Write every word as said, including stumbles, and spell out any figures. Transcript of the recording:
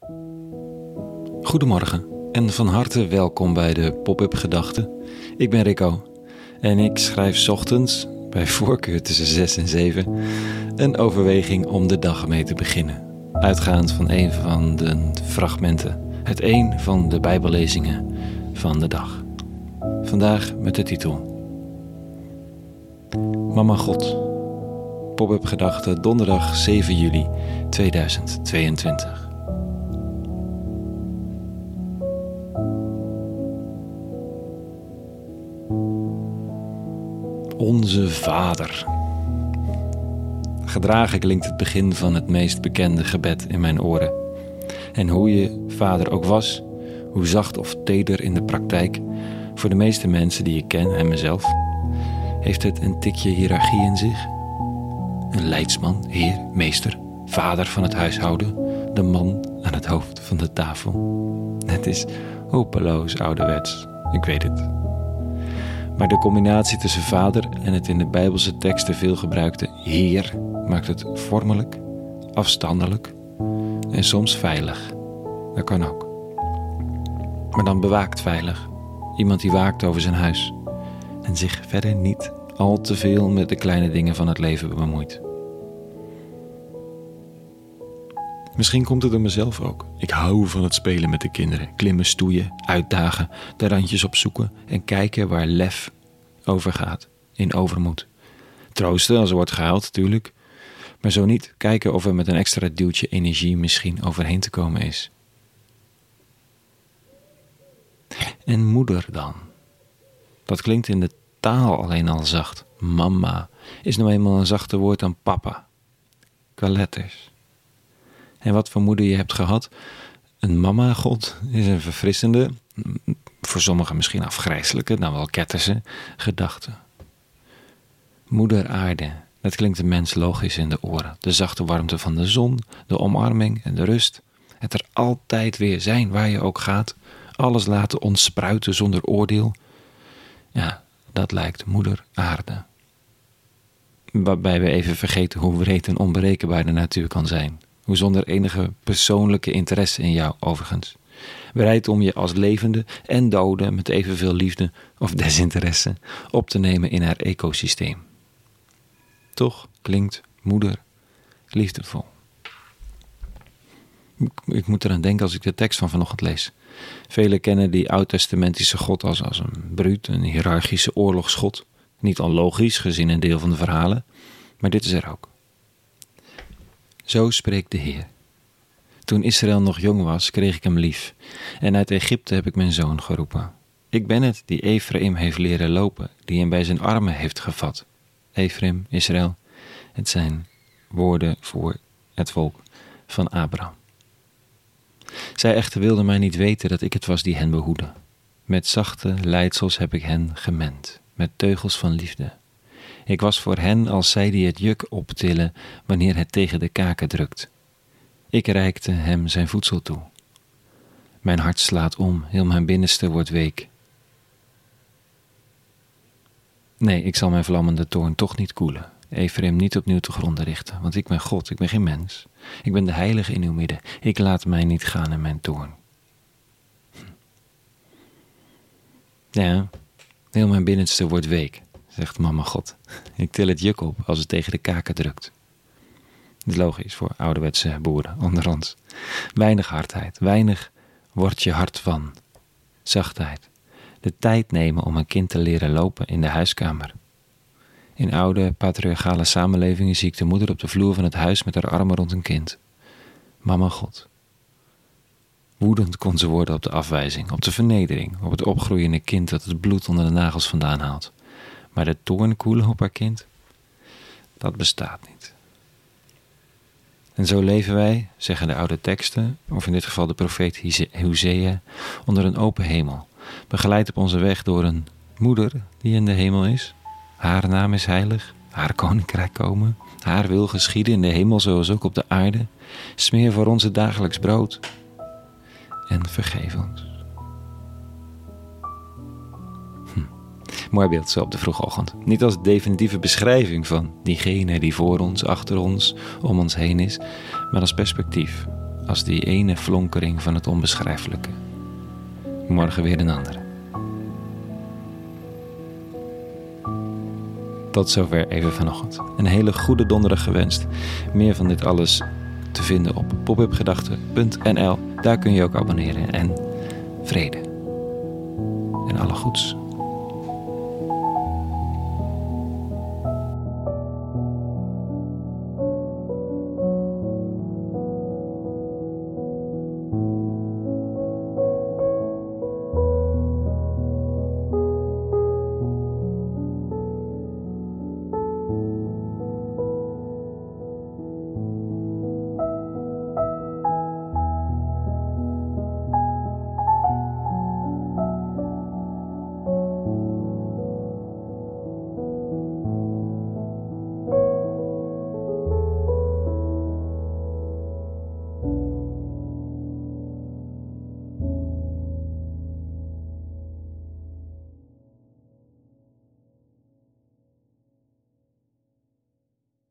Goedemorgen en van harte welkom bij de Pop-up Gedachten. Ik ben Rico en ik schrijf 's ochtends, bij voorkeur tussen zes en zeven, een overweging om de dag mee te beginnen. Uitgaand van een van de fragmenten, het een van de bijbellezingen van de dag. Vandaag met de titel Mama God. Pop-up Gedachten, donderdag zeven juli tweeduizend tweeëntwintig. Onze Vader. Gedragen klinkt het begin van het meest bekende gebed in mijn oren. En hoe je vader ook was, hoe zacht of teder in de praktijk, voor de meeste mensen die ik ken en mezelf, heeft het een tikje hiërarchie in zich. Een leidsman, heer, meester, vader van het huishouden, de man aan het hoofd van de tafel. Het is hopeloos ouderwets, ik weet het. Maar de combinatie tussen vader en het in de Bijbelse teksten veel gebruikte heer maakt het vormelijk, afstandelijk en soms veilig. Dat kan ook. Maar dan bewaakt veilig. Iemand die waakt over zijn huis en zich verder niet al te veel met de kleine dingen van het leven bemoeit. Misschien komt het door mezelf ook. Ik hou van het spelen met de kinderen. Klimmen, stoeien, uitdagen, de randjes opzoeken en kijken waar lef over gaat, in overmoed. Troosten als er wordt gehuild, natuurlijk. Maar zo niet, kijken of er met een extra duwtje energie misschien overheen te komen is. En moeder dan? Dat klinkt in de taal alleen al zacht. Mama is nou eenmaal een zachter woord dan papa. Qua letters. En wat voor moeder je hebt gehad, een mama-god is een verfrissende, voor sommigen misschien afgrijselijke, dan wel ketterse, gedachte. Moeder aarde, dat klinkt de mens logisch in de oren. De zachte warmte van de zon, de omarming en de rust. Het er altijd weer zijn waar je ook gaat. Alles laten ontspruiten zonder oordeel. Ja, dat lijkt moeder aarde. Waarbij we even vergeten hoe wreed en onberekenbaar de natuur kan zijn. Hoe zonder enige persoonlijke interesse in jou, overigens. Bereid om je als levende en dode met evenveel liefde of desinteresse op te nemen in haar ecosysteem. Toch klinkt moeder liefdevol. Ik moet eraan denken als ik de tekst van vanochtend lees. Velen kennen die oud-testamentische God als, als een bruut, een hiërarchische oorlogsgod. Niet onlogisch gezien een deel van de verhalen, maar dit is er ook. Zo spreekt de Heer. Toen Israël nog jong was, kreeg ik hem lief. En uit Egypte heb ik mijn zoon geroepen. Ik ben het die Efraïm heeft leren lopen, die hem bij zijn armen heeft gevat. Efraïm, Israël, het zijn woorden voor het volk van Abraham. Zij echter wilden mij niet weten dat ik het was die hen behoedde. Met zachte leidsels heb ik hen gemend, met teugels van liefde. Ik was voor hen als zij die het juk optillen wanneer het tegen de kaken drukt. Ik reikte hem zijn voedsel toe. Mijn hart slaat om, heel mijn binnenste wordt week. Nee, ik zal mijn vlammende toorn toch niet koelen. Efraïm niet opnieuw te gronden richten, want ik ben God, ik ben geen mens. Ik ben de heilige in uw midden. Ik laat mij niet gaan in mijn toorn. Ja, heel mijn binnenste wordt week, zegt mama God. Ik til het juk op als het tegen de kaken drukt. Dat is logisch voor ouderwetse boeren onder ons. Weinig hardheid, weinig wordt je hart van. Zachtheid. De tijd nemen om een kind te leren lopen in de huiskamer. In oude patriarchale samenlevingen zie ik de moeder op de vloer van het huis met haar armen rond een kind. Mama God. Woedend kon ze worden op de afwijzing, op de vernedering, op het opgroeiende kind dat het bloed onder de nagels vandaan haalt. Maar de toorn koelen op haar kind, dat bestaat niet. En zo leven wij, zeggen de oude teksten, of in dit geval de profeet Hosea, onder een open hemel, begeleid op onze weg door een moeder die in de hemel is. Haar naam is heilig, haar koninkrijk komen, haar wil geschieden in de hemel zoals ook op de aarde. Smeer voor ons het dagelijks brood en vergeef ons. Hm. Mooi beeld zo op de vroege ochtend. Niet als definitieve beschrijving van diegene die voor ons, achter ons, om ons heen is, maar als perspectief. als die ene flonkering van het onbeschrijfelijke. Morgen weer een andere. Tot zover even vanochtend. Een hele goede donderdag gewenst. Meer van dit alles te vinden op popupgedachten punt n l. Daar kun je ook abonneren. En vrede. En alle goeds.